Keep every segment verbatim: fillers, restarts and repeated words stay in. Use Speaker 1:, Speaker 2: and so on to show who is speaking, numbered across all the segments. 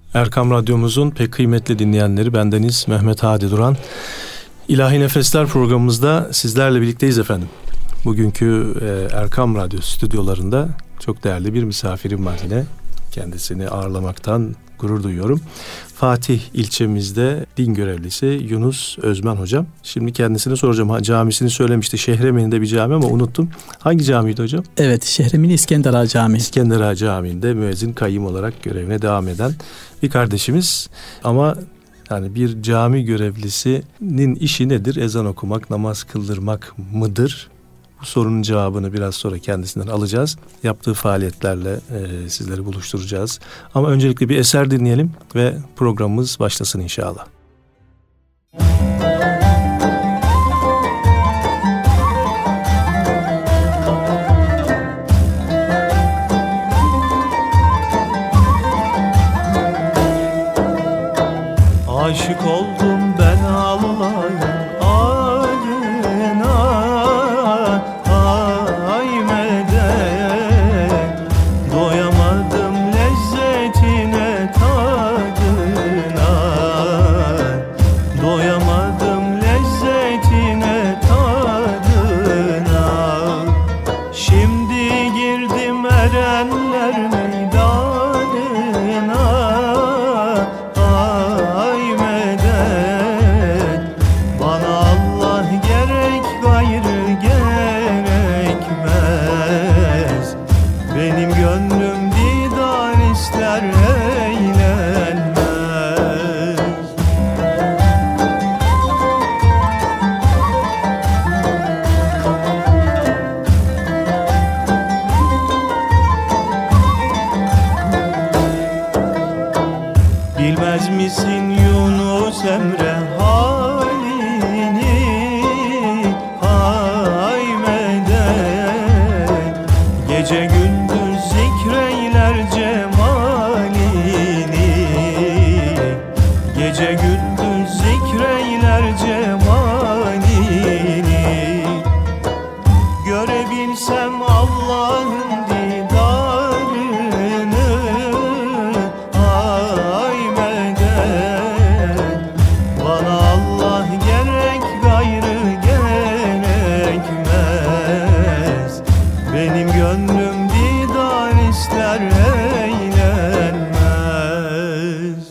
Speaker 1: Erkam Radyomuzun pek kıymetli dinleyenleri, bendeniz Mehmet Hadi Duran. İlahi Nefesler programımızda sizlerle birlikteyiz efendim. Bugünkü e, Erkam Radyo stüdyolarında çok değerli bir misafirim var yine. Kendisini ağırlamaktan gurur duyuyorum. Fatih ilçemizde din görevlisi Yunus Özmen hocam. Şimdi kendisine soracağım. Ha, camisini söylemişti. Şehremini'de bir cami ama unuttum. Hangi camiydi hocam?
Speaker 2: Evet, Şehremini İskender Ağa Camii.
Speaker 1: İskender Ağa Camii'nde müezzin kayyım olarak görevine devam eden bir kardeşimiz. Ama yani bir cami görevlisinin işi nedir? Ezan okumak, namaz kıldırmak mıdır? Bu sorunun cevabını biraz sonra kendisinden alacağız. Yaptığı faaliyetlerle e, sizleri buluşturacağız. Ama öncelikle bir eser dinleyelim ve programımız başlasın inşallah.
Speaker 3: Aşık oldum ben Allah'ın adına, ay medet. Doyamadım lezzetine, tadına. Doyamadım lezzetine, tadına. Şimdi girdim erenler meydanına, ay medet. Bana Allah gerek, gayrı gerekmez. Benim gönlüm didar ister, eğlenmez. Bilmez misin Yunus Emre halini, ay medet. Gece gündüz zikreyler cemalini, gece gündüz zikreyler cemalini. Görebilsem Allah'ın didarını, ay medet. Bana Allah gerek, gayrı gerekmez. Benim gönlüm didar ister, eğlenmez.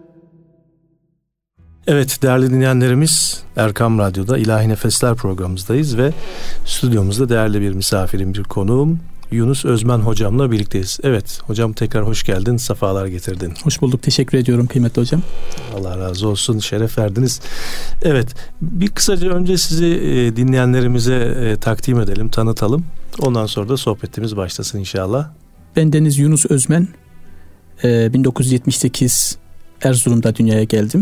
Speaker 1: Evet değerli dinleyenlerimiz, Erkam Radyo'da İlahi Nefesler programımızdayız ve stüdyomuzda değerli bir misafirim, bir konuğum Yunus Özmen hocamla birlikteyiz. Evet hocam, tekrar hoş geldin, sefalar getirdin.
Speaker 2: Hoş bulduk, teşekkür ediyorum kıymetli hocam.
Speaker 1: Allah razı olsun, şeref verdiniz. Evet, bir kısaca önce sizi e, dinleyenlerimize e, takdim edelim, tanıtalım. Ondan sonra da sohbetimiz başlasın inşallah.
Speaker 2: Bendeniz Yunus Özmen, e, bin dokuz yüz yetmiş sekiz Erzurum'da dünyaya geldim.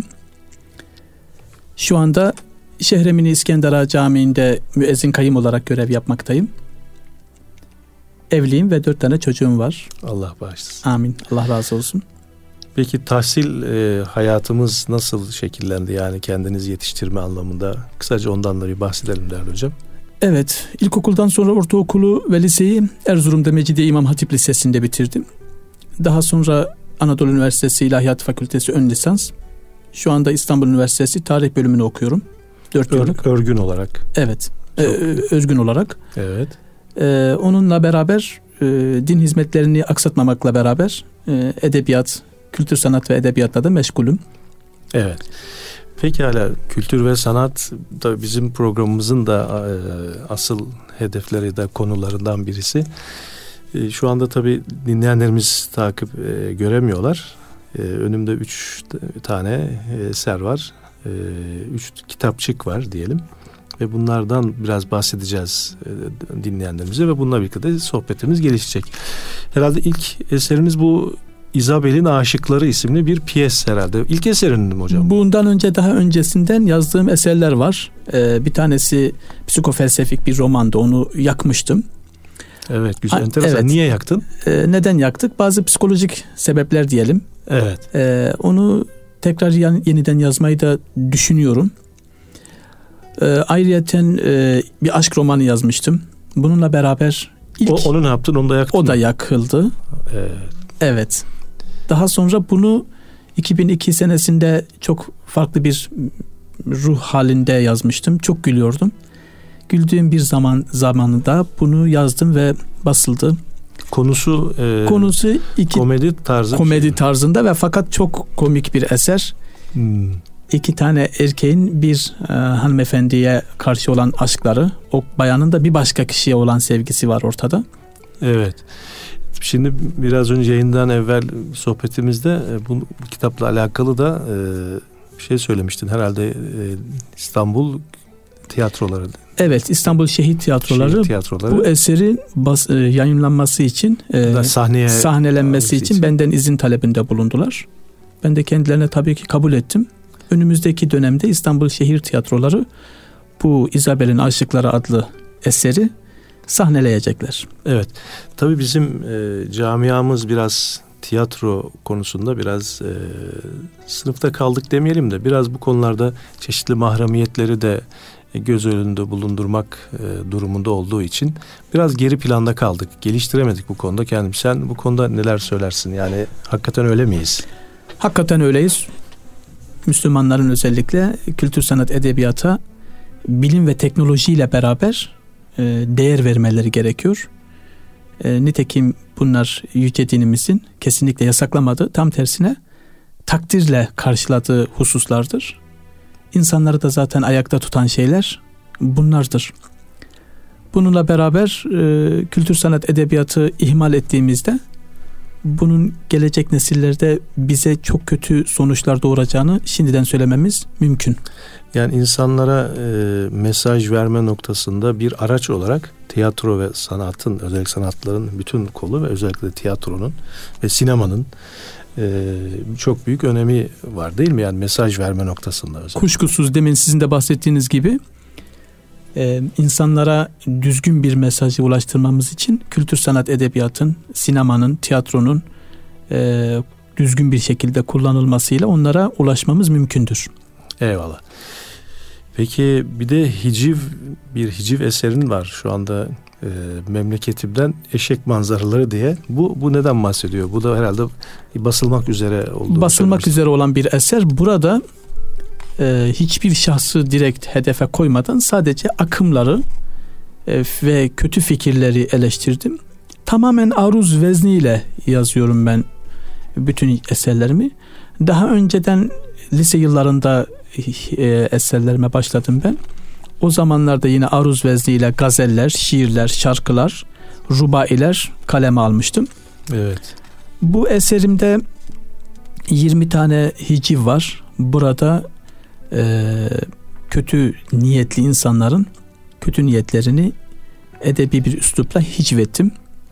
Speaker 2: Şu anda Şehremini İskender Ağa Camii'nde müezzin kayyım olarak görev yapmaktayım. Evliyim ve dört tane çocuğum var.
Speaker 1: Allah bağışlasın.
Speaker 2: Amin. Allah razı olsun.
Speaker 1: Peki tahsil e, hayatımız nasıl şekillendi, yani kendinizi yetiştirme anlamında? Kısaca ondan da bir bahsedelim değerli hocam.
Speaker 2: Evet, ilkokuldan sonra ortaokulu ve liseyi Erzurum'da Mecidiye İmam Hatip Lisesi'nde bitirdim. Daha sonra Anadolu Üniversitesi İlahiyat Fakültesi ön lisans. Şu anda İstanbul Üniversitesi Tarih bölümünü okuyorum. dört yıllık.
Speaker 1: Örgün olarak.
Speaker 2: Evet, e, özgün olarak.
Speaker 1: Evet.
Speaker 2: Ee, onunla beraber e, din hizmetlerini aksatmamakla beraber e, edebiyat, kültür sanat ve edebiyatla da meşgulüm.
Speaker 1: Evet. Pekala, kültür ve sanat da bizim programımızın da e, asıl hedefleri de konularından birisi. E, şu anda tabii dinleyenlerimiz takip e, göremiyorlar. E, önümde üç tane eser var. E, üç kitapçık var diyelim. Ve bunlardan biraz bahsedeceğiz e, dinleyenlerimize ve bununla birlikte de sohbetimiz gelişecek. Herhalde ilk eseriniz bu İzabel'in Aşıkları isimli bir piyes herhalde. İlk eserin mi hocam?
Speaker 2: Bundan önce, daha öncesinden yazdığım eserler var. Ee, bir tanesi psikofelsefik bir romandı. Onu yakmıştım.
Speaker 1: Evet, güzel,
Speaker 2: Ha,
Speaker 1: enteresan.
Speaker 2: evet.
Speaker 1: Niye yaktın?
Speaker 2: Ee, neden yaktık? Bazı psikolojik sebepler diyelim.
Speaker 1: Evet.
Speaker 2: Ee, onu tekrar yeniden yazmayı da düşünüyorum. Ee, ayrıyeten e, bir aşk romanı yazmıştım. Bununla beraber ilk...
Speaker 1: O, onu ne yaptın? Onu da yaktın
Speaker 2: O
Speaker 1: mı?
Speaker 2: da yakıldı.
Speaker 1: Evet.
Speaker 2: Evet. Daha sonra bunu iki bin iki senesinde çok farklı bir ruh halinde yazmıştım. Çok gülüyordum. Güldüğüm bir zaman zamanında bunu yazdım ve basıldı.
Speaker 1: Konusu e,
Speaker 2: konusu iki
Speaker 1: komedi tarzı
Speaker 2: komedi
Speaker 1: şey
Speaker 2: tarzında ve fakat çok komik bir eser.
Speaker 1: Hmm.
Speaker 2: İki tane erkeğin bir e, hanımefendiye karşı olan aşkları, o bayanın da bir başka kişiye olan sevgisi var ortada.
Speaker 1: Evet. Şimdi biraz önce yayından evvel sohbetimizde bu, bu kitapla alakalı da e, bir şey söylemiştin herhalde, e, İstanbul tiyatroları.
Speaker 2: Evet, İstanbul Şehit Tiyatroları, Şehit Tiyatroları. Bu eserin bas, e, yayınlanması için, e, sahneye sahnelenmesi için, için benden izin talebinde bulundular. Ben de kendilerine tabii ki kabul ettim. Önümüzdeki dönemde İstanbul Şehir Tiyatroları bu İzabel'in Aşıkları adlı eseri sahneleyecekler.
Speaker 1: Evet. Tabii bizim e, camiamız biraz tiyatro konusunda biraz e, sınıfta kaldık demeyelim de biraz bu konularda çeşitli mahremiyetleri de e, göz önünde bulundurmak e, durumunda olduğu için biraz geri planda kaldık. Geliştiremedik bu konuda kendimi. Sen bu konuda neler söylersin? Yani hakikaten öyle miyiz?
Speaker 2: Hakikaten öyleyiz. Müslümanların özellikle kültür, sanat, edebiyata bilim ve teknolojiyle beraber e, değer vermeleri gerekiyor. E, nitekim bunlar yüce dinimizin kesinlikle yasaklamadığı, tam tersine takdirle karşıladığı hususlardır. İnsanları da zaten ayakta tutan şeyler bunlardır. Bununla beraber e, kültür, sanat, edebiyatı ihmal ettiğimizde bunun gelecek nesillerde bize çok kötü sonuçlar doğuracağını şimdiden söylememiz mümkün.
Speaker 1: Yani insanlara e, mesaj verme noktasında bir araç olarak tiyatro ve sanatın, özellikle sanatların bütün kolu ve özellikle tiyatronun ve sinemanın e, çok büyük önemi var değil mi? Yani mesaj verme noktasında özellikle.
Speaker 2: Kuşkusuz demin sizin de bahsettiğiniz gibi e, insanlara düzgün bir mesajı ulaştırmamız için kültür, sanat, edebiyatın, sinemanın, tiyatronun e, düzgün bir şekilde kullanılmasıyla onlara ulaşmamız mümkündür.
Speaker 1: Eyvallah. Peki bir de hiciv, bir hiciv eserin var şu anda e, memleketimden, Eşek Manzaraları diye. Bu bu neden bahsediyor? Bu da herhalde basılmak üzere olduğunu
Speaker 2: Basılmak üzere olan bir eser. Burada e, hiçbir şahsı direkt hedefe koymadan sadece akımları e, ve kötü fikirleri eleştirdim. Tamamen aruz vezniyle yazıyorum ben bütün eserlerimi. Daha önceden lise yıllarında e, eserlerime başladım ben. O zamanlarda yine aruz vezniyle gazeller, şiirler, şarkılar, rubailer kaleme almıştım.
Speaker 1: Evet.
Speaker 2: Bu eserimde yirmi tane hiciv var. Burada e, kötü niyetli insanların kötü niyetlerini edebi bir üslupla hicvettim.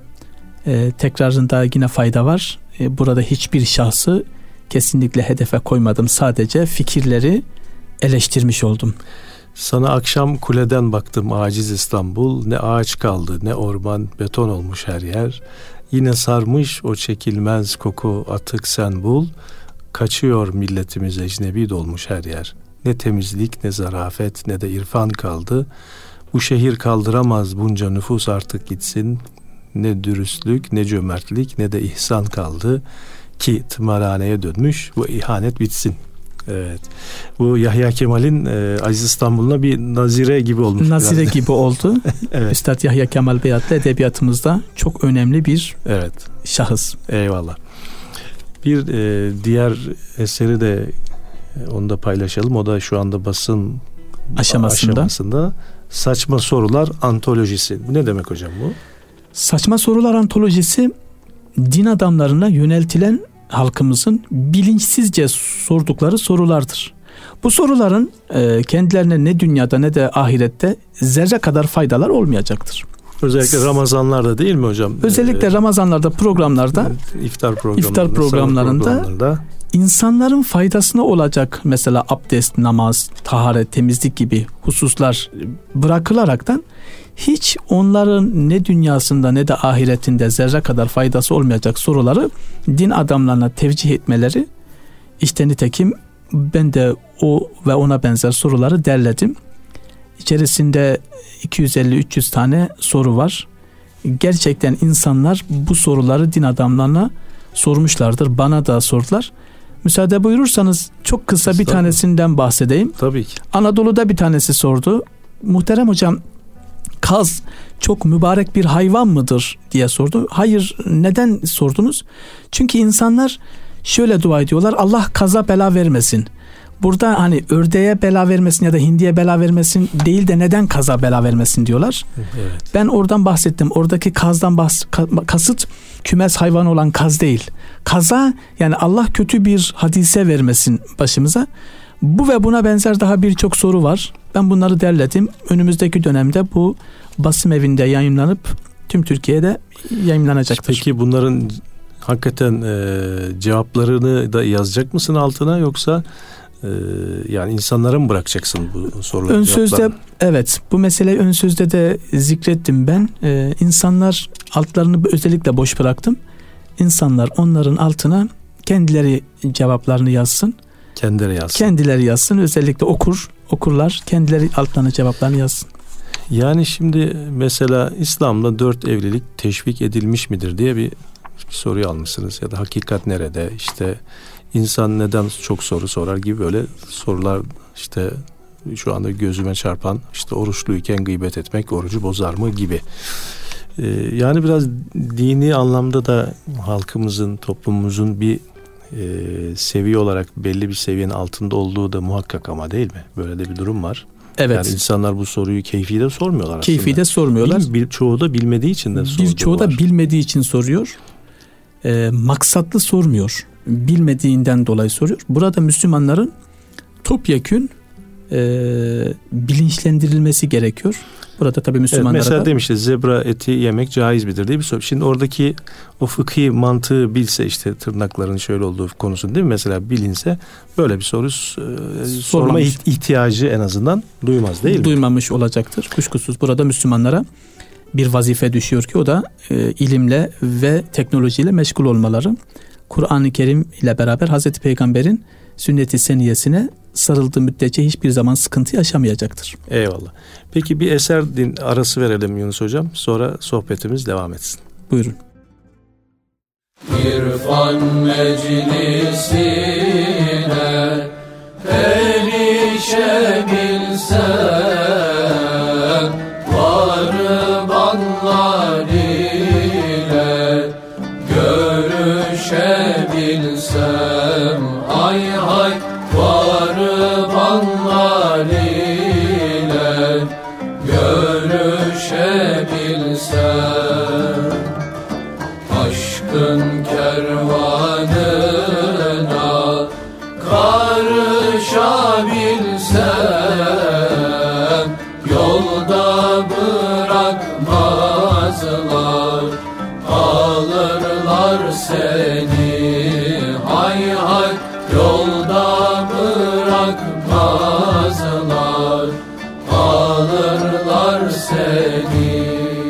Speaker 2: E, tekrarında yine fayda var. E, burada hiçbir şahsı kesinlikle hedefe koymadım. Sadece fikirleri eleştirmiş oldum.
Speaker 1: Sana akşam kuleden baktım aciz İstanbul. Ne ağaç kaldı, ne orman, beton olmuş her yer. Yine sarmış o çekilmez koku, atık sen bul. Kaçıyor milletimiz, ecnebi dolmuş her yer. Ne temizlik, ne zarafet, ne de irfan kaldı. Bu şehir kaldıramaz bunca nüfus, artık gitsin. Ne dürüstlük, ne cömertlik, ne de ihsan kaldı. Ki tımarhaneye dönmüş, bu ihanet bitsin. Evet. Bu Yahya Kemal'in e, Aziz İstanbul'una bir nazire gibi olmuş.
Speaker 2: Nazire biraz gibi oldu.
Speaker 1: Evet.
Speaker 2: Üstad Yahya Kemal Beyatlı edebiyatımızda çok önemli bir
Speaker 1: evet
Speaker 2: şahıs.
Speaker 1: Eyvallah. Bir e, diğer eseri de e, onu da paylaşalım. O da şu anda basın
Speaker 2: aşamasında.
Speaker 1: aşamasında. Saçma Sorular Antolojisi. Bu ne demek hocam bu?
Speaker 2: Saçma Sorular Antolojisi din adamlarına yöneltilen halkımızın bilinçsizce sordukları sorulardır. Bu soruların e, kendilerine ne dünyada ne de ahirette zerre kadar faydalar olmayacaktır.
Speaker 1: Özellikle Ramazanlarda değil mi hocam?
Speaker 2: Özellikle Ramazanlarda, programlarda,
Speaker 1: iftar programlarında,
Speaker 2: iftar programlarında,
Speaker 1: programlarında
Speaker 2: insanların faydasına olacak mesela abdest, namaz, taharet, temizlik gibi hususlar bırakılaraktan hiç onların ne dünyasında ne de ahiretinde zerre kadar faydası olmayacak soruları din adamlarına tevcih etmeleri, işte nitekim ben de o ve ona benzer soruları derledim. İçerisinde iki yüz elli üç yüz tane soru var. Gerçekten insanlar bu soruları din adamlarına sormuşlardır. Bana da sordular. Müsaade buyurursanız çok kısa bir tanesinden bahsedeyim.
Speaker 1: Tabii ki.
Speaker 2: Anadolu'da bir tanesi sordu. Muhterem hocam, kaz çok mübarek bir hayvan mıdır diye sordu. Hayır, neden sordunuz? Çünkü insanlar şöyle dua ediyorlar: Allah kaza bela vermesin. Burada hani ördeğe bela vermesin ya da hindiye bela vermesin değil de neden kaza bela vermesin diyorlar.
Speaker 1: Evet.
Speaker 2: Ben oradan bahsettim. Oradaki kazdan bahs- kasıt kümes hayvanı olan kaz değil. Kaza yani Allah kötü bir hadise vermesin başımıza. Bu ve buna benzer daha birçok soru var. Ben bunları derledim. Önümüzdeki dönemde bu basım evinde yayınlanıp tüm Türkiye'de yayınlanacaktır.
Speaker 1: Peki bunların hakikaten e, cevaplarını da yazacak mısın altına, yoksa e, yani insanlara mı bırakacaksın bu soruları?
Speaker 2: Ön sözde
Speaker 1: cevaplarını?
Speaker 2: Evet, bu meseleyi ön sözde de zikrettim ben. Ee, insanlar altlarını özellikle boş bıraktım. İnsanlar onların altına kendileri cevaplarını yazsın.
Speaker 1: Kendileri yazsın.
Speaker 2: Kendileri yazsın. Özellikle okur, okurlar kendileri altlarına cevaplarını yazsın.
Speaker 1: Yani şimdi mesela İslam'da dört evlilik teşvik edilmiş midir diye bir soruyu almışsınız, ya da hakikat nerede, işte insan neden çok soru sorar gibi böyle sorular, işte şu anda gözüme çarpan, işte oruçluyken gıybet etmek orucu bozar mı gibi. Ee, yani biraz dini anlamda da halkımızın, toplumumuzun bir e, seviye olarak belli bir seviyenin altında olduğu da muhakkak, ama değil mi? Böyle de bir durum var.
Speaker 2: Evet.
Speaker 1: Yani insanlar bu soruyu keyfi de sormuyorlar aslında.
Speaker 2: Keyfi de sormuyorlar.
Speaker 1: Bir, bir, çoğu da bilmediği için de soruyor.
Speaker 2: Birçoğu da bilmediği için soruyor. E, maksatlı sormuyor. Bilmediğinden dolayı soruyor. Burada Müslümanların topyekün e, bilinçlendirilmesi gerekiyor. Burada tabii Müslümanlara
Speaker 1: evet, mesela
Speaker 2: da...
Speaker 1: demişti zebra eti yemek caiz midir diye bir soru. Şimdi oradaki o fıkhi mantığı bilse, işte tırnakların şöyle olduğu konusunu değil mi? Mesela bilinse böyle bir soru e, sorma ihtiyacı en azından duymaz değil mi?
Speaker 2: Duymamış olacaktır. Kuşkusuz burada Müslümanlara bir vazife düşüyor ki o da e, ilimle ve teknolojiyle meşgul olmaları. Kur'an-ı Kerim ile beraber Hazreti Peygamber'in sünnet-i seniyesine sarıldığı müddetçe hiçbir zaman sıkıntı yaşamayacaktır.
Speaker 1: Eyvallah. Peki bir eser din arası verelim Yunus Hocam. Sonra sohbetimiz devam etsin.
Speaker 2: Buyurun.
Speaker 4: İrfan meclisine erişebilsem, varbanlar ile görüşebilsem, ay hay varbanlar ile görüşebilsem, aşkın kervanına karışabilsem, yolda bırakmazlar, alırlar seni, hay hay yolda bırakmazlar, alırlar seni.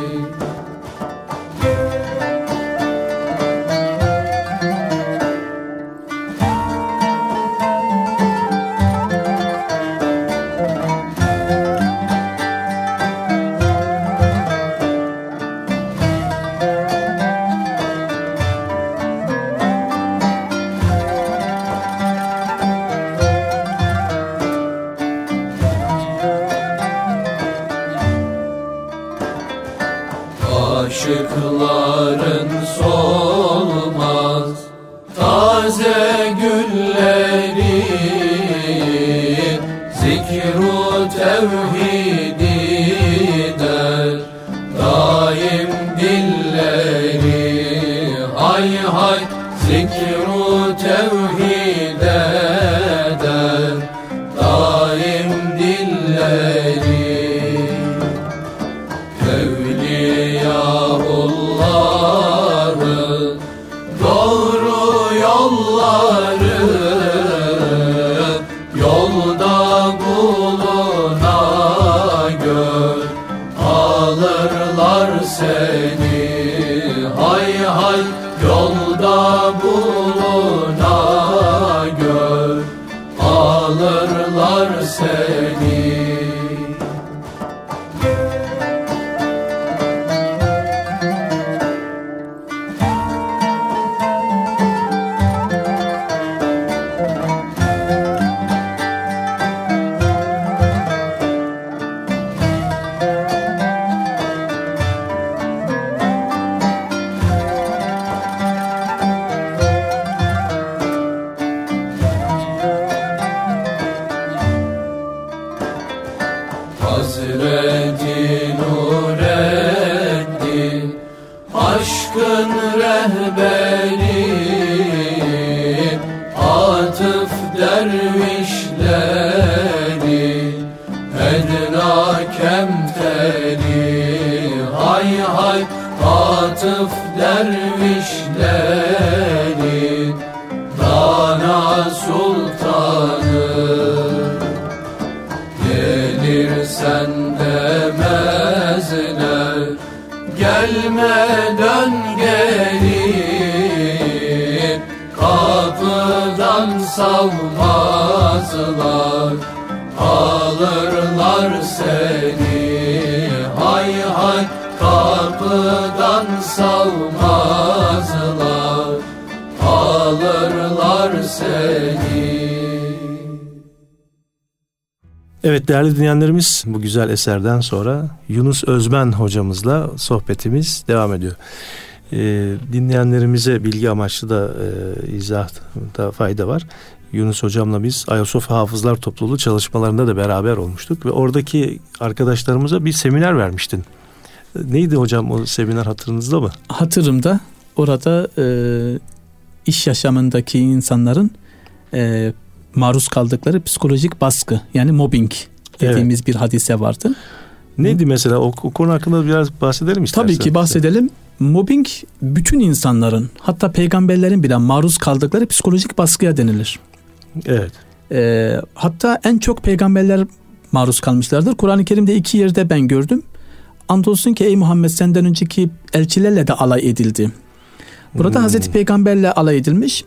Speaker 4: Aşıkların solmaz taze gülleri, zikru tevhidi der daim dilleri, hay hay zikru tevhide der daim dilleri. Evliyaullah'ın doğru yolları, yolda buluna gör, alırlar seni, hay hay yolda buluna gör, alırlar seni. dervişleri, edna kemteri, hay hay atıf dervişleri, Dana sultanı gelirsen demezler, gelme dön geri, kapıdan salmazlar, alırlar seni, hay hay kapıdan salmazlar, alırlar seni.
Speaker 1: Evet değerli dinleyenlerimiz, bu güzel eserden sonra Yunus Özmen hocamızla sohbetimiz devam ediyor. Ee, dinleyenlerimize bilgi amaçlı da e, izahda fayda var. Yunus hocamla biz Ayasofya Hafızlar Topluluğu çalışmalarında da beraber olmuştuk ve oradaki arkadaşlarımıza bir seminer vermiştin. Neydi hocam o seminer, hatırınızda mı?
Speaker 2: Hatırımda. Orada e, iş yaşamındaki insanların e, maruz kaldıkları psikolojik baskı, yani mobbing dediğimiz evet. bir hadise vardı.
Speaker 1: Neydi mesela o, o konu hakkında biraz bahsedelim istersen.
Speaker 2: Tabii ki bahsedelim. Mobbing bütün insanların, hatta peygamberlerin bile maruz kaldıkları psikolojik baskıya denilir.
Speaker 1: Evet.
Speaker 2: E, hatta en çok peygamberler maruz kalmışlardır. Kur'an-ı Kerim'de iki yerde ben gördüm. Andolsun ki ey Muhammed senden önceki elçilerle de alay edildi. Burada hmm. Hazreti Peygamberle alay edilmiş.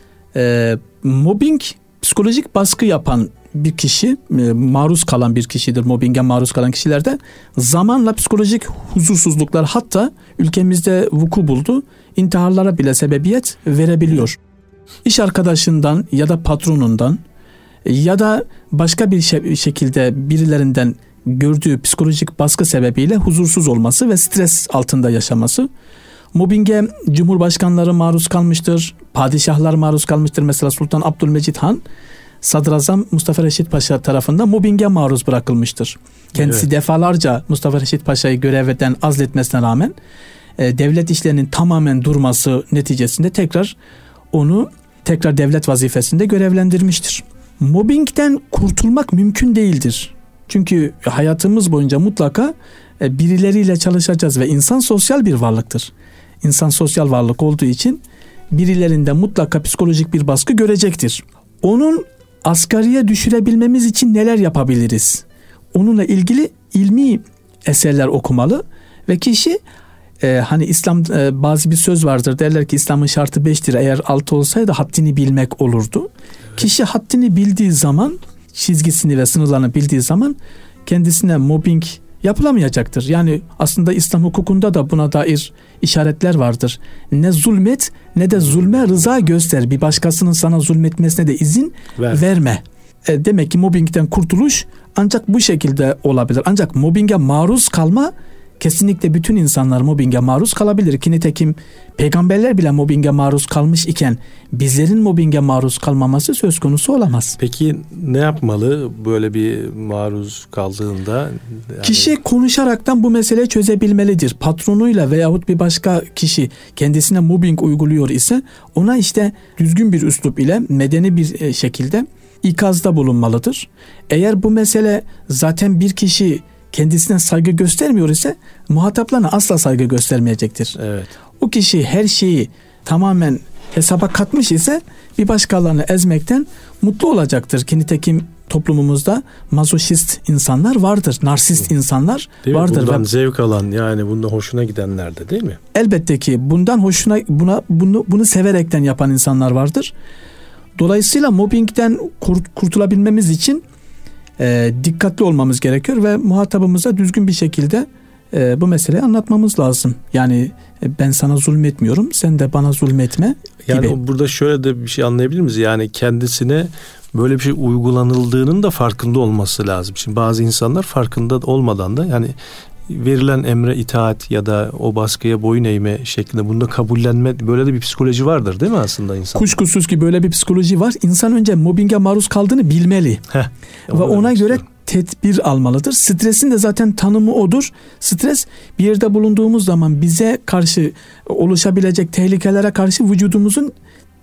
Speaker 2: E, mobbing psikolojik baskı yapan bir kişi, e, maruz kalan bir kişidir. Mobbinge maruz kalan kişilerde zamanla psikolojik huzursuzluklar, hatta ülkemizde vuku buldu, intiharlara bile sebebiyet verebiliyor. İş arkadaşından ya da patronundan ya da başka bir şey, şekilde birilerinden gördüğü psikolojik baskı sebebiyle huzursuz olması ve stres altında yaşaması. Mobbinge cumhurbaşkanları maruz kalmıştır, padişahlar maruz kalmıştır. Mesela Sultan Abdülmecit Han, Sadrazam Mustafa Reşit Paşa tarafından mobbinge maruz bırakılmıştır. Kendisi evet. defalarca Mustafa Reşit Paşa'yı görevden azletmesine rağmen e, devlet işlerinin tamamen durması neticesinde tekrar onu tekrar devlet vazifesinde görevlendirmiştir. Mobbingden kurtulmak mümkün değildir. Çünkü hayatımız boyunca mutlaka birileriyle çalışacağız ve insan sosyal bir varlıktır. İnsan sosyal varlık olduğu için birilerinde mutlaka psikolojik bir baskı görecektir. Onun asgariye düşürebilmemiz için neler yapabiliriz? Onunla ilgili ilmi eserler okumalı ve kişi e, hani İslam e, bazı bir söz vardır, derler ki İslam'ın şartı beştir, eğer altı olsaydı haddini bilmek olurdu. Evet. Kişi haddini bildiği zaman, çizgisini ve sınırlarını bildiği zaman kendisine mobbing yapılamayacaktır. Yani aslında İslam hukukunda da buna dair işaretler vardır. Ne zulmet ne de zulme rıza göster. Bir başkasının sana zulmetmesine de izin Ver. verme. E, demek ki mobbingden kurtuluş ancak bu şekilde olabilir. Ancak mobbinge maruz kalma, kesinlikle bütün insanlar mobbinge maruz kalabilir. Ki nitekim peygamberler bile mobbinge maruz kalmış iken bizlerin mobbinge maruz kalmaması söz konusu olamaz.
Speaker 1: Peki ne yapmalı böyle bir maruz kaldığında? Yani...
Speaker 2: Kişi konuşaraktan bu meseleyi çözebilmelidir. Patronuyla veyahut bir başka kişi kendisine mobbing uyguluyor ise ona işte düzgün bir üslup ile medeni bir şekilde ikazda bulunmalıdır. Eğer bu mesele zaten bir kişi kendisine saygı göstermiyor ise muhataplarına asla saygı göstermeyecektir.
Speaker 1: Evet.
Speaker 2: O kişi her şeyi tamamen hesaba katmış ise bir başkalarını ezmekten mutlu olacaktır. Ki nitekim toplumumuzda mazoşist insanlar vardır, narsist insanlar
Speaker 1: değil
Speaker 2: vardır.
Speaker 1: Mi? Bundan
Speaker 2: ve
Speaker 1: zevk alan, yani bunda hoşuna gidenler de değil mi?
Speaker 2: Elbette ki bundan hoşuna buna bunu bunu severekten yapan insanlar vardır. Dolayısıyla mobbingden kurt, kurtulabilmemiz için e, dikkatli olmamız gerekiyor ve muhatabımıza düzgün bir şekilde e, bu meseleyi anlatmamız lazım. Yani e, ben sana zulmetmiyorum, sen de bana zulmetme gibi.
Speaker 1: Yani burada şöyle de bir şey anlayabilir miyiz? Yani kendisine böyle bir şey uygulanıldığının da farkında olması lazım. Şimdi bazı insanlar farkında olmadan da yani verilen emre itaat ya da o baskıya boyun eğme şeklinde bunda kabullenme, böyle de bir psikoloji vardır değil mi aslında insan?
Speaker 2: Kuşkusuz ki böyle bir psikoloji var. İnsan önce mobbinge maruz kaldığını bilmeli. Heh, ve ona göre istiyorum. tedbir almalıdır. Stresin de zaten tanımı odur. Stres bir yerde bulunduğumuz zaman bize karşı oluşabilecek tehlikelere karşı vücudumuzun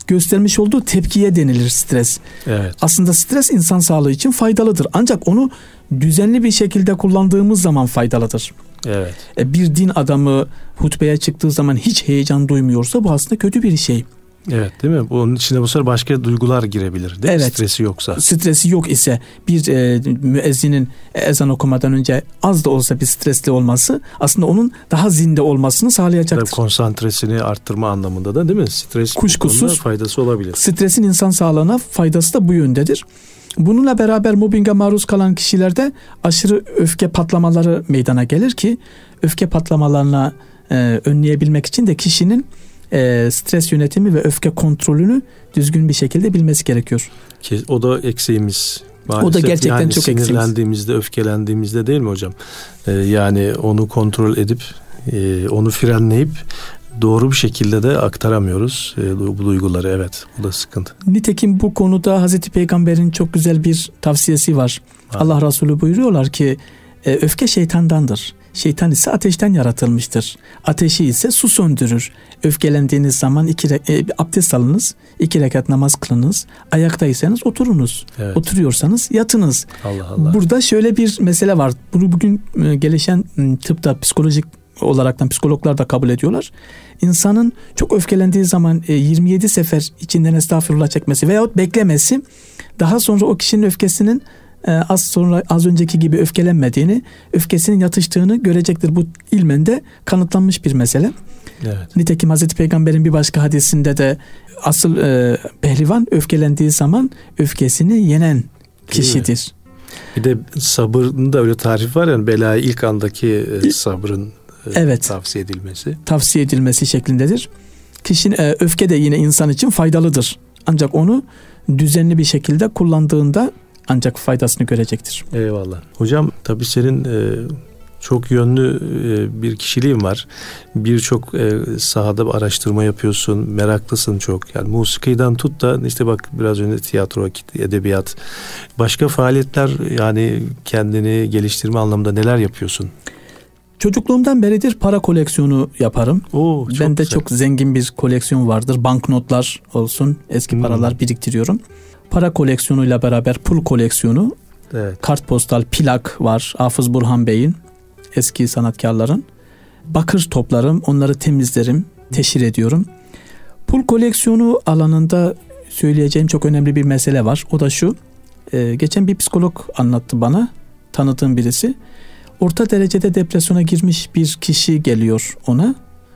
Speaker 2: göstermiş olduğu tepkiye denilir stres.
Speaker 1: Evet.
Speaker 2: Aslında stres insan sağlığı için faydalıdır. Ancak onu düzenli bir şekilde kullandığımız zaman faydalıdır.
Speaker 1: Evet.
Speaker 2: Bir din adamı hutbeye çıktığı zaman hiç heyecan duymuyorsa bu aslında kötü bir şey.
Speaker 1: Evet, değil mi? Bunun içine bu sefer başka duygular girebilir, değil mi?
Speaker 2: Evet.
Speaker 1: Stresi yoksa.
Speaker 2: Stresi yok ise bir e, müezzinin ezan okumadan önce az da olsa bir stresli olması aslında onun daha zinde olmasını sağlayacaktır.
Speaker 1: Tabii konsantresini arttırma anlamında da, değil mi? Stres
Speaker 2: kuşkusuz
Speaker 1: faydası olabilir.
Speaker 2: Stresin insan sağlığına faydası da bu yöndedir. Bununla beraber mobbinge maruz kalan kişilerde aşırı öfke patlamaları meydana gelir ki öfke patlamalarına e, önleyebilmek için de kişinin e, stres yönetimi ve öfke kontrolünü düzgün bir şekilde bilmesi gerekiyor.
Speaker 1: Ki o da eksiğimiz. Maalesef.
Speaker 2: O da gerçekten
Speaker 1: yani
Speaker 2: çok eksiğimiz.
Speaker 1: Sinirlendiğimizde, öfkelendiğimizde, değil mi hocam? Ee, yani onu kontrol edip, e, onu frenleyip doğru bir şekilde de aktaramıyoruz e, bu duyguları. Evet, bu da sıkıntı.
Speaker 2: Nitekim bu konuda Hazreti Peygamber'in çok güzel bir tavsiyesi var. Ha. Allah Resulü buyuruyorlar ki e, öfke şeytandandır. Şeytan ise ateşten yaratılmıştır. Ateşi ise su söndürür. Öfkelendiğiniz zaman iki re- e, abdest alınız, iki rekat namaz kılınız. Ayaktaysanız oturunuz. Evet. Oturuyorsanız yatınız.
Speaker 1: Allah Allah.
Speaker 2: Burada şöyle bir mesele var. Bunu bugün e, gelişen e, tıpta, psikolojik olaraktan psikologlar da kabul ediyorlar. İnsanın çok öfkelendiği zaman e, yirmi yedi sefer içinden estağfurullah çekmesi veyahut beklemesi daha sonra o kişinin öfkesinin az sonra az önceki gibi öfkelenmediğini, öfkesinin yatıştığını görecektir. Bu ilmen de kanıtlanmış bir mesele.
Speaker 1: Evet.
Speaker 2: Nitekim Hazreti Peygamber'in bir başka hadisinde de asıl e, pehlivan öfkelendiği zaman öfkesini yenen kişidir.
Speaker 1: Bir de sabırın da öyle tarif var yani, belayı ilk andaki e, sabrın e, evet. tavsiye edilmesi.
Speaker 2: Tavsiye edilmesi şeklindedir. Kişinin e, öfke de yine insan için faydalıdır. Ancak onu düzenli bir şekilde kullandığında ancak faydasını görecektir.
Speaker 1: Eyvallah. Hocam tabii senin e, çok yönlü e, bir kişiliğin var. Birçok e, sahada araştırma yapıyorsun, meraklısın çok. Yani musikiden tut da işte bak biraz önce tiyatro, edebiyat, başka faaliyetler, yani kendini geliştirme anlamında neler yapıyorsun?
Speaker 2: Çocukluğumdan beridir para koleksiyonu yaparım.
Speaker 1: Oo, çok
Speaker 2: Bende
Speaker 1: güzel.
Speaker 2: çok zengin bir koleksiyon vardır. Banknotlar olsun, eski hmm. paralar biriktiriyorum. Para koleksiyonuyla beraber pul koleksiyonu, evet. Kartpostal, plak var. Hafız Burhan Bey'in, eski sanatkarların. Bakır toplarım, onları temizlerim, teşhir ediyorum. Pul koleksiyonu alanında söyleyeceğim çok önemli bir mesele var. O da şu, e, geçen bir psikolog anlattı bana, tanıdığım birisi. Orta derecede depresyona girmiş bir kişi geliyor ona.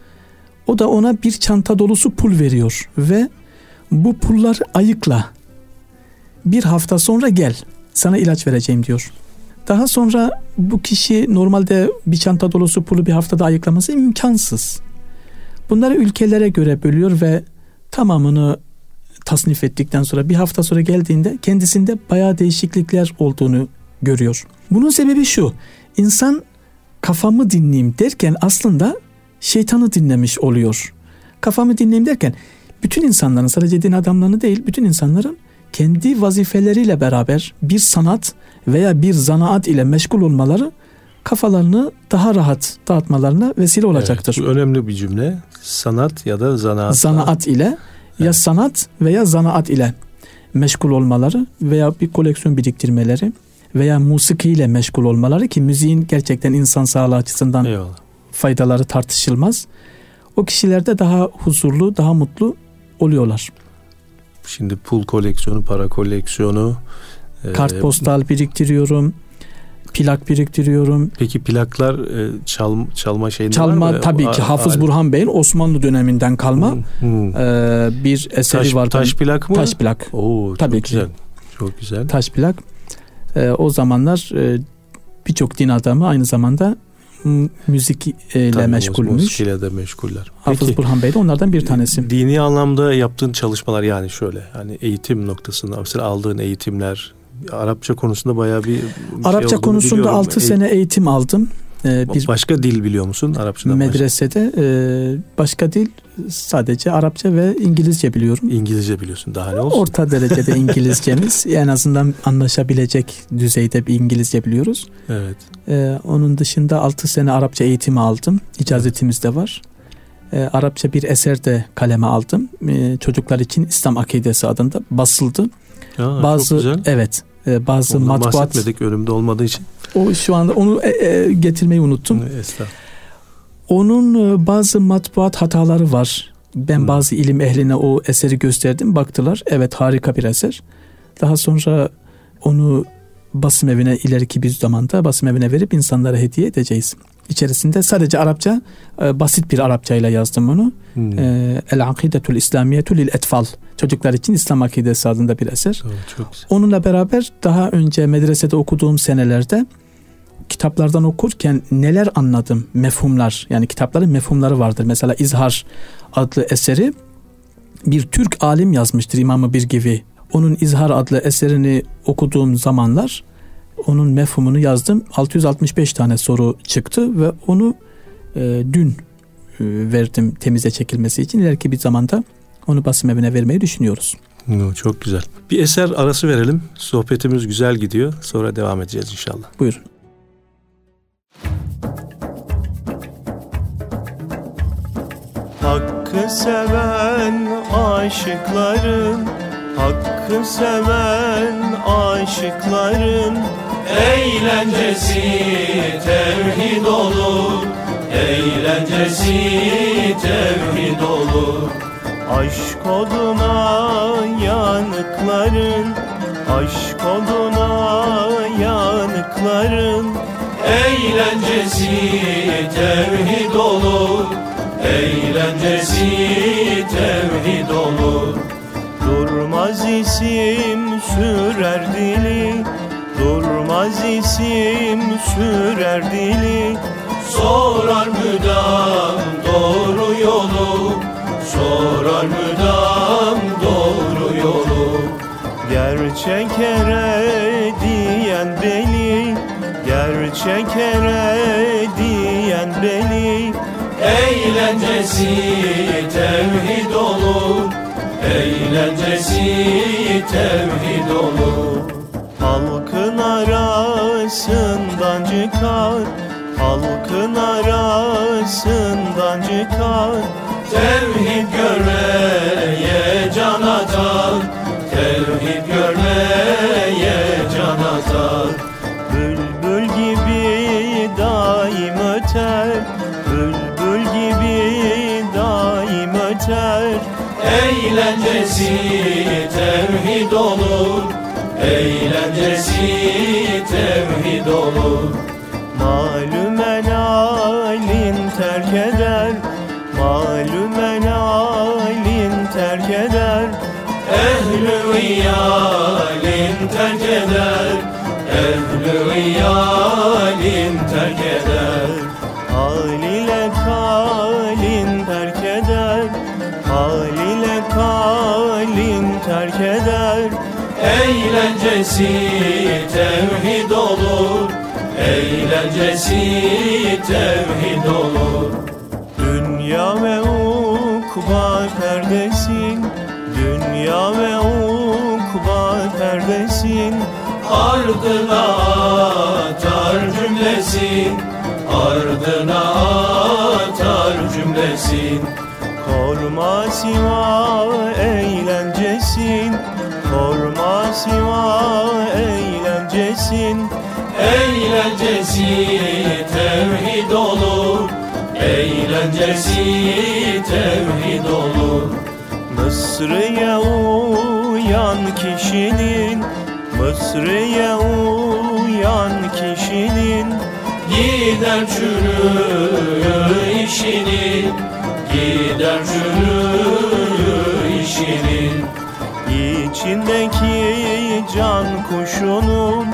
Speaker 2: O da ona bir çanta dolusu pul veriyor ve bu pulları ayıkla. Bir hafta sonra gel, sana ilaç vereceğim diyor. Daha sonra bu kişi normalde bir çanta dolusu pulu bir haftada ayıklaması imkansız. Bunları ülkelere göre bölüyor ve tamamını tasnif ettikten sonra bir hafta sonra geldiğinde kendisinde bayağı değişiklikler olduğunu görüyor. Bunun sebebi şu, insan kafamı dinleyeyim derken aslında şeytanı dinlemiş oluyor. Kafamı dinleyeyim derken bütün insanların, sadece din adamlarını değil, bütün insanların kendi vazifeleriyle beraber bir sanat veya bir zanaat ile meşgul olmaları kafalarını daha rahat dağıtmalarına vesile olacaktır.
Speaker 1: Evet, bu önemli bir cümle. Sanat ya da zanaat. Zanaat
Speaker 2: ile evet. ya sanat veya zanaat ile meşgul olmaları veya bir koleksiyon biriktirmeleri veya musikiyle meşgul olmaları, ki müziğin gerçekten insan sağlığı açısından Eyvallah. faydaları tartışılmaz. O kişilerde daha huzurlu, daha mutlu oluyorlar.
Speaker 1: Şimdi pul koleksiyonu, para koleksiyonu,
Speaker 2: kartpostal e, biriktiriyorum, plak biriktiriyorum.
Speaker 1: Peki plaklar e, çal, çalma şeyinde
Speaker 2: çalma,
Speaker 1: var mı?
Speaker 2: Tabii ki Hafız Burhan Bey'in Osmanlı döneminden kalma hmm, hmm. E, bir eseri
Speaker 1: taş,
Speaker 2: var.
Speaker 1: Taş plak mı?
Speaker 2: Taş plak.
Speaker 1: Oo,
Speaker 2: tabii
Speaker 1: çok
Speaker 2: ki.
Speaker 1: güzel. Çok güzel.
Speaker 2: Taş plak. E, o zamanlar e, birçok din adamı aynı zamanda müzik ile tabii, meşgulmüş.
Speaker 1: Müzikle de meşguller.
Speaker 2: Hafız Peki, Burhan Bey de onlardan bir tanesi.
Speaker 1: Dini anlamda yaptığın çalışmalar, yani şöyle, hani eğitim noktasında mesela aldığın eğitimler, Arapça konusunda bayağı bir
Speaker 2: Arapça
Speaker 1: şey
Speaker 2: konusunda altı e- sene eğitim aldım.
Speaker 1: Ee, bir başka dil biliyor musun Arapçadan?
Speaker 2: Medresede e, başka dil sadece Arapça ve İngilizce biliyorum.
Speaker 1: İngilizce biliyorsun, daha ne olsun?
Speaker 2: Orta derecede İngilizcemiz, en azından anlaşabilecek düzeyde bir İngilizce biliyoruz.
Speaker 1: Evet.
Speaker 2: Ee, onun dışında altı sene Arapça eğitimi aldım. İcazetimiz de var. e, Arapça bir eser de kaleme aldım. E, çocuklar için İslam Akidesi adında basıldı.
Speaker 1: Ya,
Speaker 2: bazı evet e, bazı
Speaker 1: Ondan
Speaker 2: matbuat
Speaker 1: bahsetmedik önümde olmadığı için.
Speaker 2: O şu anda onu e, e, getirmeyi unuttum.
Speaker 1: Estağfurullah.
Speaker 2: Onun e, bazı matbuat hataları var. Ben hmm. bazı ilim ehline o eseri gösterdim. Baktılar. Evet, harika bir eser. Daha sonra onu basım evine ileriki bir zamanda basım evine verip insanlara hediye edeceğiz. İçerisinde sadece Arapça, e, basit bir Arapçayla yazdım onu. Hmm. E, El Akidetul İslamiyetu lil Etfal. Çocuklar için İslam Akidesi adında bir eser.
Speaker 1: Evet, çok güzel.
Speaker 2: Onunla beraber daha önce medresede okuduğum senelerde kitaplardan okurken neler anladım? Mefhumlar, yani kitapların mefhumları vardır. Mesela İzhar adlı eseri bir Türk alim yazmıştır, İmam-ı Birgivi. Onun İzhar adlı eserini okuduğum zamanlar onun mefhumunu yazdım. altı yüz altmış beş tane soru çıktı ve onu e, dün e, verdim temize çekilmesi için. İleriki bir zamanda onu basım evine vermeyi düşünüyoruz.
Speaker 1: Çok güzel. Bir eser arası verelim. Sohbetimiz güzel gidiyor. Sonra devam edeceğiz inşallah.
Speaker 2: Buyurun.
Speaker 3: Hakkı seven aşıkların, hakkı seven aşıkların
Speaker 4: eğlencesi tevhid olur, eğlencesi tevhid olur.
Speaker 3: Aşk oduna yanıkların, aşk oduna yanıkların
Speaker 4: eğlencesi tevhid olur, eğlencesi tevhid olur.
Speaker 3: Durmaz isim sürer dili, durmaz isim sürer dili.
Speaker 4: Sorar müdam doğru yolu, sorar müdam doğru yolu.
Speaker 3: Gerçek ere diyen beni, gerçek ere diyen beni.
Speaker 4: Eğlencesi tevhid olur, eğlencesi tevhid olur.
Speaker 3: Halkın arasından çıkar, halkın arasından çıkar.
Speaker 4: Tevhid görmeye can atar, tevhid görmeye can atar.
Speaker 3: Bülbül gibi daim öter, bülbül gibi daim öter.
Speaker 4: Eğlencesi tevhid olur, eğlencesi tevhid olur.
Speaker 3: Malümen halin terk eder, malümen halin terk eder.
Speaker 4: Ehl-i iyalin terk eder, ehl-i iyalin terk eder.
Speaker 3: Hal ile kalin terk eder, hal ile kalin terk eder.
Speaker 4: Eğlencesi tevhid olur, eğlencesi tevhid olur.
Speaker 3: Dünya ve ukba perdesin, dünya ve ukba perdesin.
Speaker 4: Ardına atar cümlesin, ardına atar cümlesin.
Speaker 3: Korma siva eğlencesin, korma siva eğlencesin.
Speaker 4: Eğlencesi tevhid olur, eğlencesi tevhid olur.
Speaker 3: Mısır'ya uyan kişinin, Mısır'ya uyan kişinin.
Speaker 4: Gider çürür işinin, gider çürür işinin.
Speaker 3: İçindeki can kuşunun,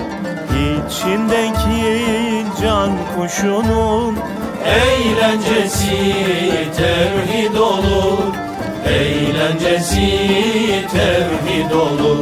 Speaker 3: içindeki can kuşunun.
Speaker 4: Eğlencesi tevhid olur, eğlencesi tevhid olur.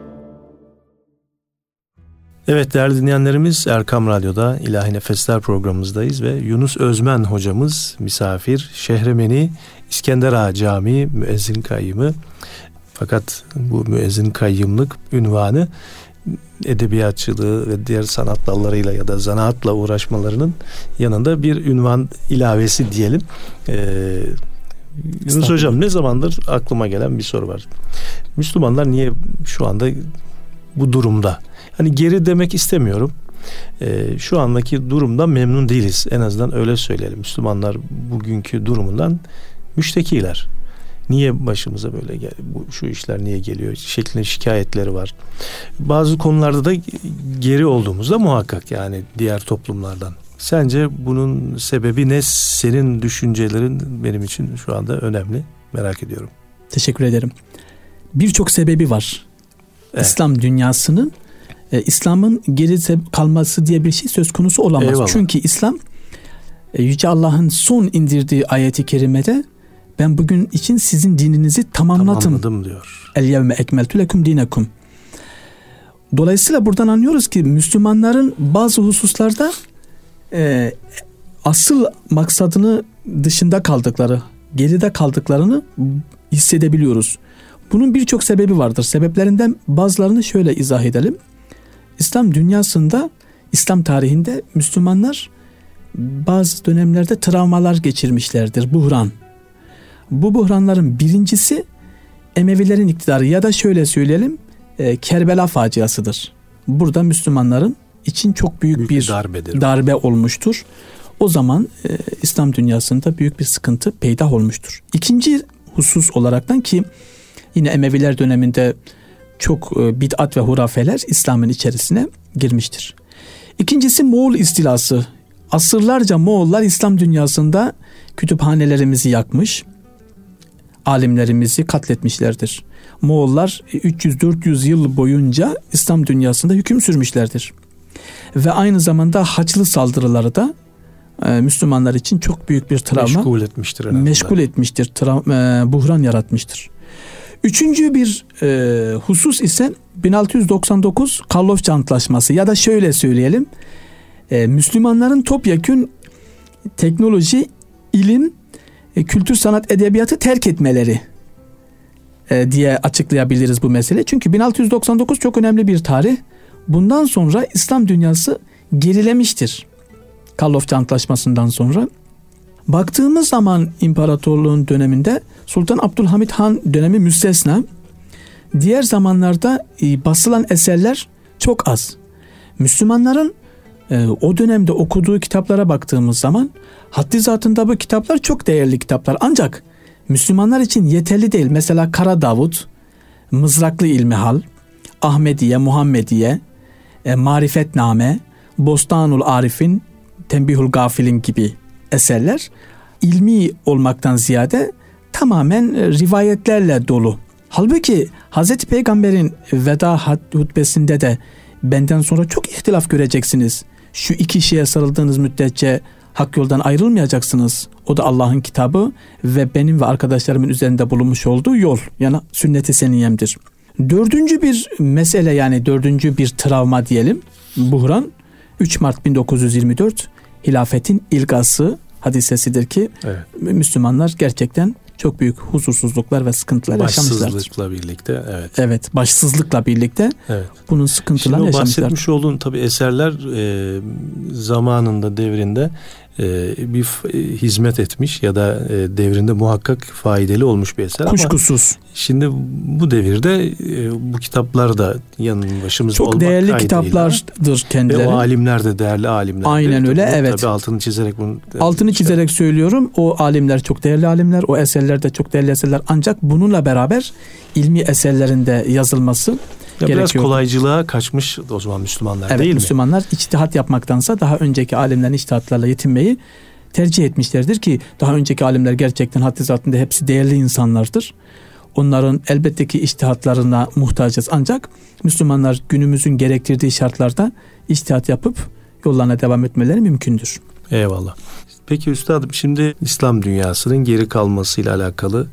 Speaker 1: Evet değerli dinleyenlerimiz, Erkam Radyo'da İlahi Nefesler programımızdayız ve Yunus Özmen hocamız misafir. Şehremeni İskender Ağa Camii müezzin kayyımı. Fakat bu müezzin kayyımlık ünvanı edebiyatçılığı ve diğer sanat dallarıyla ya da zanaatla uğraşmalarının yanında bir ünvan ilavesi diyelim. Ee, Yunus Hocam, ne zamandır aklıma gelen bir soru var. Müslümanlar niye şu anda bu durumda? Hani geri demek istemiyorum. Ee, şu andaki durumdan memnun değiliz. En azından öyle söyleyelim. Müslümanlar bugünkü durumundan müştekiler. Niye başımıza böyle gel, bu şu işler niye geliyor şeklinde şikayetleri var. Bazı konularda da geri olduğumuzda muhakkak, yani diğer toplumlardan. Sence bunun sebebi ne? Senin düşüncelerin benim için şu anda önemli. Merak ediyorum.
Speaker 2: Teşekkür ederim. Birçok sebebi var. Evet. İslam dünyasının, e, İslam'ın geri kalması diye bir şey söz konusu olamaz. Eyvallah. Çünkü İslam, e, Yüce Allah'ın son indirdiği ayeti kerimede ben bugün için sizin dininizi tamamladım, tamamladım diyor. El yevme ekmeltu lekum dinekum. Dolayısıyla buradan anlıyoruz ki Müslümanların bazı hususlarda e, asıl maksadını dışında kaldıkları, geride kaldıklarını hissedebiliyoruz. Bunun birçok sebebi vardır. Sebeplerinden bazılarını şöyle izah edelim. İslam dünyasında, İslam tarihinde Müslümanlar bazı dönemlerde travmalar geçirmişlerdir. Buhran. Bu buhranların birincisi Emevilerin iktidarı ya da şöyle söyleyelim, e, Kerbela faciasıdır. Burada Müslümanların için çok büyük, büyük bir darbedir. darbe olmuştur. O zaman e, İslam dünyasında büyük bir sıkıntı peydah olmuştur. İkinci husus olaraktan ki yine Emeviler döneminde çok e, bid'at ve hurafeler İslam'ın içerisine girmiştir. İkincisi Moğol istilası. Asırlarca Moğollar İslam dünyasında kütüphanelerimizi yakmış, alimlerimizi katletmişlerdir. Moğollar üç yüz dört yüz yıl boyunca İslam dünyasında hüküm sürmüşlerdir. Ve aynı zamanda Haçlı saldırıları da e, Müslümanlar için çok büyük bir travma meşgul etmiştir. Meşgul etmiştir, tra- e, buhran yaratmıştır. Üçüncü bir e, husus ise bin altı yüz doksan dokuz Karlofça Antlaşması ya da şöyle söyleyelim, e, Müslümanların topyekün teknoloji, ilim, e, kültür, sanat, edebiyatı terk etmeleri e, diye açıklayabiliriz bu mesele. Çünkü bin altı yüz doksan dokuz çok önemli bir tarih. Bundan sonra İslam dünyası gerilemiştir. Karlofça Antlaşması'ndan sonra. Baktığımız zaman imparatorluğun döneminde Sultan Abdülhamit Han dönemi müstesna. Diğer zamanlarda e, basılan eserler çok az. Müslümanların e, o dönemde okuduğu kitaplara baktığımız zaman haddi zatında bu kitaplar çok değerli kitaplar. Ancak Müslümanlar için yeterli değil. Mesela Kara Davut, Mızraklı İlmihal, Ahmediye, Muhammediye, e, Marifetname, Bostanul Arif'in, Tembihul Gafilin gibi eserler ilmi olmaktan ziyade tamamen rivayetlerle dolu. Halbuki Hazreti Peygamber'in veda hutbesinde de benden sonra çok ihtilaf göreceksiniz. Şu iki şeye sarıldığınız müddetçe hak yoldan ayrılmayacaksınız. O da Allah'ın kitabı ve benim ve arkadaşlarımın üzerinde bulunmuş olduğu yol. Yani sünnet-i seniyemdir. Dördüncü bir mesele, yani dördüncü bir travma diyelim. Buhran üç Mart bin dokuz yüz yirmi dört hilafetin ilgası hadisesidir ki evet, Müslümanlar gerçekten çok büyük huzursuzluklar ve sıkıntılar yaşamışlardır.
Speaker 1: Başsızlıkla birlikte, evet.
Speaker 2: Evet, başsızlıkla birlikte evet, bunun sıkıntılarını yaşamışlardır.
Speaker 1: Şimdi o bahsetmiş olduğun tabii eserler e, zamanında, devrinde e, bir f- hizmet etmiş ya da e, devrinde muhakkak faydalı olmuş bir eser.
Speaker 2: Kuşkusuz.
Speaker 1: Ama şimdi bu devirde e, bu kitaplar da yanın başımızda
Speaker 2: çok
Speaker 1: olmak
Speaker 2: değerli
Speaker 1: kaydıyla,
Speaker 2: kitaplardır kendileri.
Speaker 1: Ve o alimler de değerli alimler.
Speaker 2: Aynen öyle,
Speaker 1: tabii,
Speaker 2: evet.
Speaker 1: Tabii altını çizerek bunu.
Speaker 2: Altını şey, çizerek söylüyorum. O alimler çok değerli alimler, o eserler de çok değerli eserler. Ancak bununla beraber ilmi eserlerinde yazılması
Speaker 1: ya
Speaker 2: gerekiyor.
Speaker 1: Biraz kolaycılığa kaçmış o zaman Müslümanlar,
Speaker 2: evet,
Speaker 1: değil mi?
Speaker 2: Müslümanlar içtihat yapmaktansa daha önceki alimlerin içtihatlarla yetinmeyi tercih etmişlerdir ki daha önceki alimler gerçekten haddi zatında hepsi değerli insanlardır. Onların elbette ki içtihatlarına muhtacız, ancak Müslümanlar günümüzün gerektirdiği şartlarda içtihat yapıp yollarına devam etmeleri mümkündür.
Speaker 1: Eyvallah. Peki üstadım, şimdi İslam dünyasının geri kalmasıyla alakalı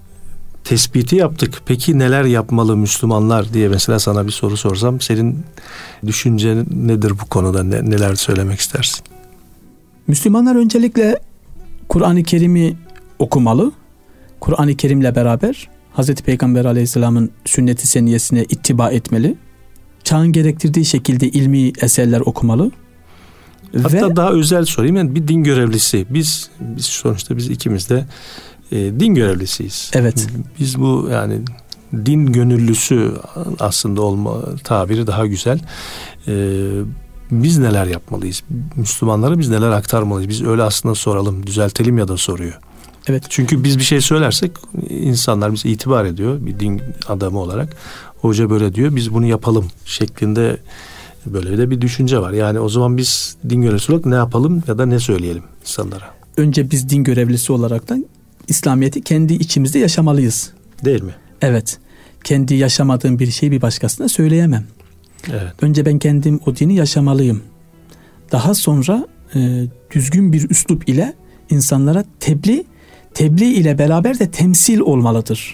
Speaker 1: tespiti yaptık. Peki neler yapmalı Müslümanlar diye mesela sana bir soru sorsam, senin düşüncen nedir bu konuda? Ne, neler söylemek istersin?
Speaker 2: Müslümanlar öncelikle Kur'an-ı Kerim'i okumalı. Kur'an-ı Kerim'le beraber Hazreti Peygamber Aleyhisselam'ın sünnet-i seniyesine ittiba etmeli. Çağın gerektirdiği şekilde ilmi eserler okumalı.
Speaker 1: Hatta Ve, daha özel sorayım. Yani bir din görevlisi. Biz biz sonuçta biz ikimiz de e, din görevlisiyiz.
Speaker 2: Evet.
Speaker 1: Biz bu yani din gönüllüsü aslında olma tabiri daha güzel. E, biz neler yapmalıyız? Müslümanlara biz neler aktarmalıyız? Biz öyle aslında soralım, düzeltelim ya da soruyor.
Speaker 2: Evet.
Speaker 1: Çünkü biz bir şey söylersek insanlar bize itibar ediyor bir din adamı olarak. Hoca böyle diyor, biz bunu yapalım şeklinde böyle de bir düşünce var. Yani o zaman biz din görevlisi olarak ne yapalım ya da ne söyleyelim insanlara?
Speaker 2: Önce biz din görevlisi olaraktan İslamiyet'i kendi içimizde yaşamalıyız.
Speaker 1: Değil mi?
Speaker 2: Evet. Kendi yaşamadığım bir şeyi bir başkasına söyleyemem.
Speaker 1: Evet.
Speaker 2: Önce ben kendim o dini yaşamalıyım. Daha sonra e, düzgün bir üslup ile insanlara tebliğ, tebliğ ile beraber de temsil olmalıdır.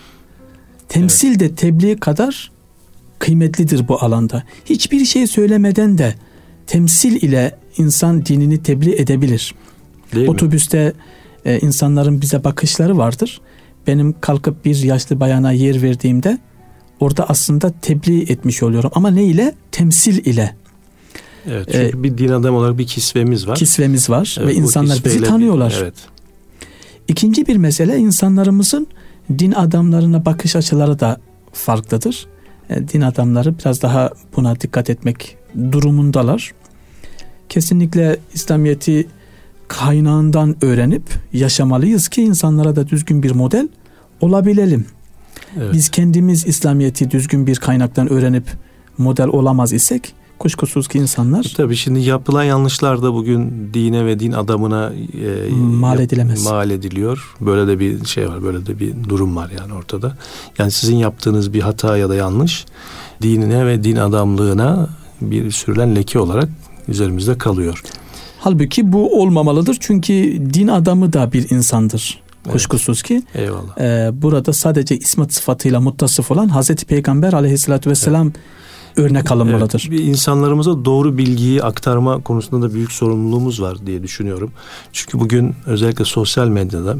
Speaker 2: Temsil evet. de tebliğ kadar kıymetlidir bu alanda. Hiçbir şey söylemeden de temsil ile insan dinini tebliğ edebilir. Değil Otobüste e, insanların bize bakışları vardır. Benim kalkıp bir yaşlı bayana yer verdiğimde orada aslında tebliğ etmiş oluyorum. Ama ne ile? Temsil ile.
Speaker 1: Evet, çünkü ee, bir din adamı olarak bir kisvemiz var.
Speaker 2: Kisvemiz var evet, ve insanlar bizi tanıyorlar.
Speaker 1: Bir, evet.
Speaker 2: İkinci bir mesele, insanlarımızın din adamlarına bakış açıları da farklıdır. E, din adamları biraz daha buna dikkat etmek durumundalar. Kesinlikle İslamiyet'i kaynağından öğrenip yaşamalıyız ki insanlara da düzgün bir model olabilelim. Evet. Biz kendimiz İslamiyet'i düzgün bir kaynaktan öğrenip model olamaz isek kuşkusuz ki insanlar...
Speaker 1: Tabii şimdi yapılan yanlışlar da bugün dine ve din adamına e,
Speaker 2: mal edilemez.
Speaker 1: Mal ediliyor. Böyle de bir şey var, böyle de bir durum var yani ortada. Yani sizin yaptığınız bir hata ya da yanlış dinine ve din adamlığına bir sürülen leke olarak üzerimizde kalıyor.
Speaker 2: Halbuki bu olmamalıdır çünkü din adamı da bir insandır. Kuşkusuz ki
Speaker 1: Eyvallah.
Speaker 2: E, burada sadece ismet sıfatıyla muttasıf olan Hazreti Peygamber aleyhissalatü vesselam evet. örnek alınmalıdır.
Speaker 1: Evet, insanlarımıza doğru bilgiyi aktarma konusunda da büyük sorumluluğumuz var diye düşünüyorum. Çünkü bugün özellikle sosyal medyada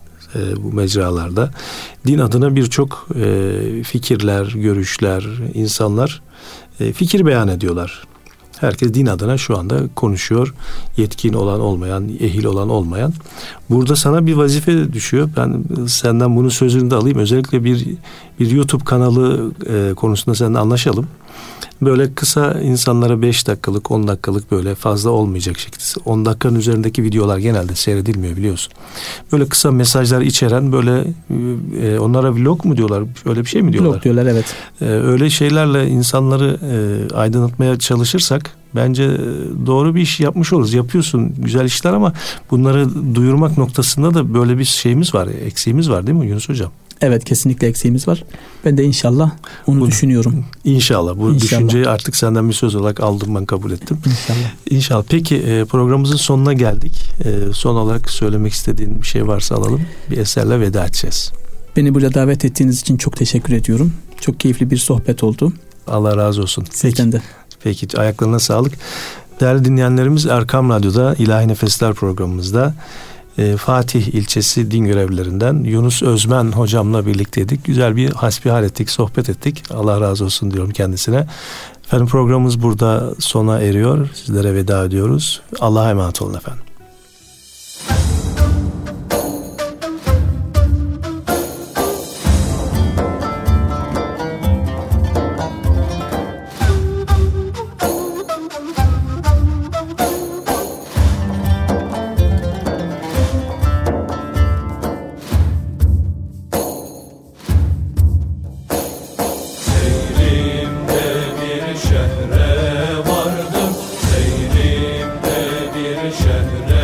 Speaker 1: e, bu mecralarda din adına birçok e, fikirler, görüşler, insanlar e, fikir beyan ediyorlar. Herkes din adına şu anda konuşuyor. Yetkin olan olmayan, ehil olan olmayan. Burada sana bir vazife düşüyor. Ben senden bunun sözünü de alayım. Özellikle bir bir YouTube kanalı e, konusunda seninle anlaşalım. Böyle kısa insanlara beş dakikalık, on dakikalık böyle fazla olmayacak şekilde. on dakikanın üzerindeki videolar genelde seyredilmiyor biliyorsun. Böyle kısa mesajlar içeren böyle e, onlara vlog mu diyorlar? Öyle bir şey mi diyorlar?
Speaker 2: Vlog diyorlar evet.
Speaker 1: E, öyle şeylerle insanları e, aydınlatmaya çalışırsak bence doğru bir iş yapmış oluruz. Yapıyorsun güzel işler ama bunları duyurmak noktasında da böyle bir şeyimiz var, eksiğimiz var değil mi Yunus Hocam?
Speaker 2: Evet kesinlikle eksiğimiz var. Ben de inşallah onu bu, düşünüyorum.
Speaker 1: İnşallah. Bu
Speaker 2: inşallah.
Speaker 1: Düşünceyi artık senden bir söz olarak aldım, ben kabul ettim.
Speaker 2: İnşallah.
Speaker 1: İnşallah. Peki programımızın sonuna geldik. Son olarak söylemek istediğin bir şey varsa alalım. Bir eserle veda edeceğiz.
Speaker 2: Beni buraya davet ettiğiniz için çok teşekkür ediyorum. Çok keyifli bir sohbet oldu.
Speaker 1: Allah razı olsun.
Speaker 2: Sizden de.
Speaker 1: Peki ayaklarına sağlık. Değerli dinleyenlerimiz, Erkam Radyo'da İlahi Nefesler programımızda Fatih ilçesi din görevlilerinden Yunus Özmen hocamla birlikteydik. Güzel bir hasbihal ettik, sohbet ettik. Allah razı olsun diyorum kendisine. Efendim programımız burada sona eriyor. Sizlere veda ediyoruz. Allah'a emanet olun efendim.
Speaker 4: Şehre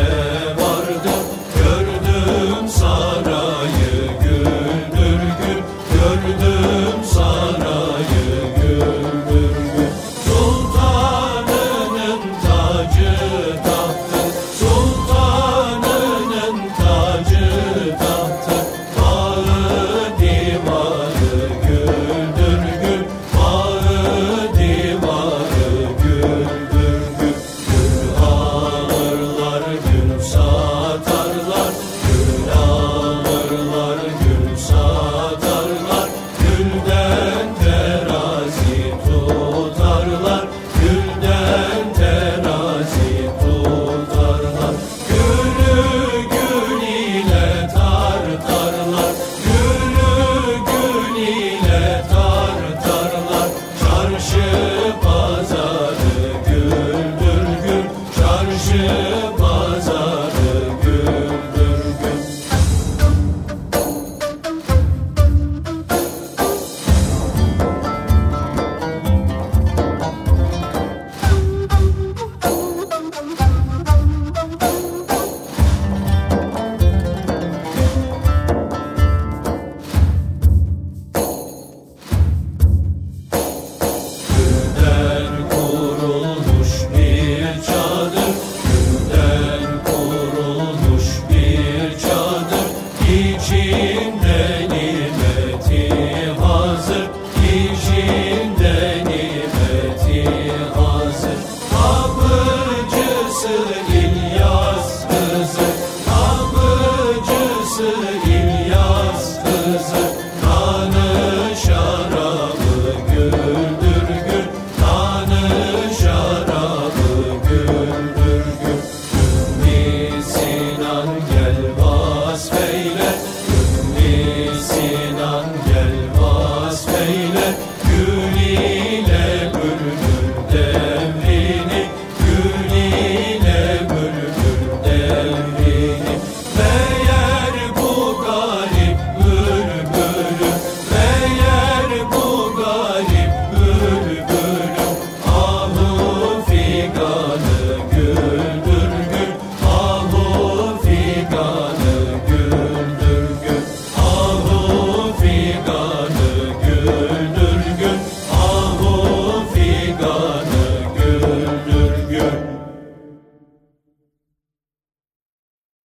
Speaker 4: çarşı pazar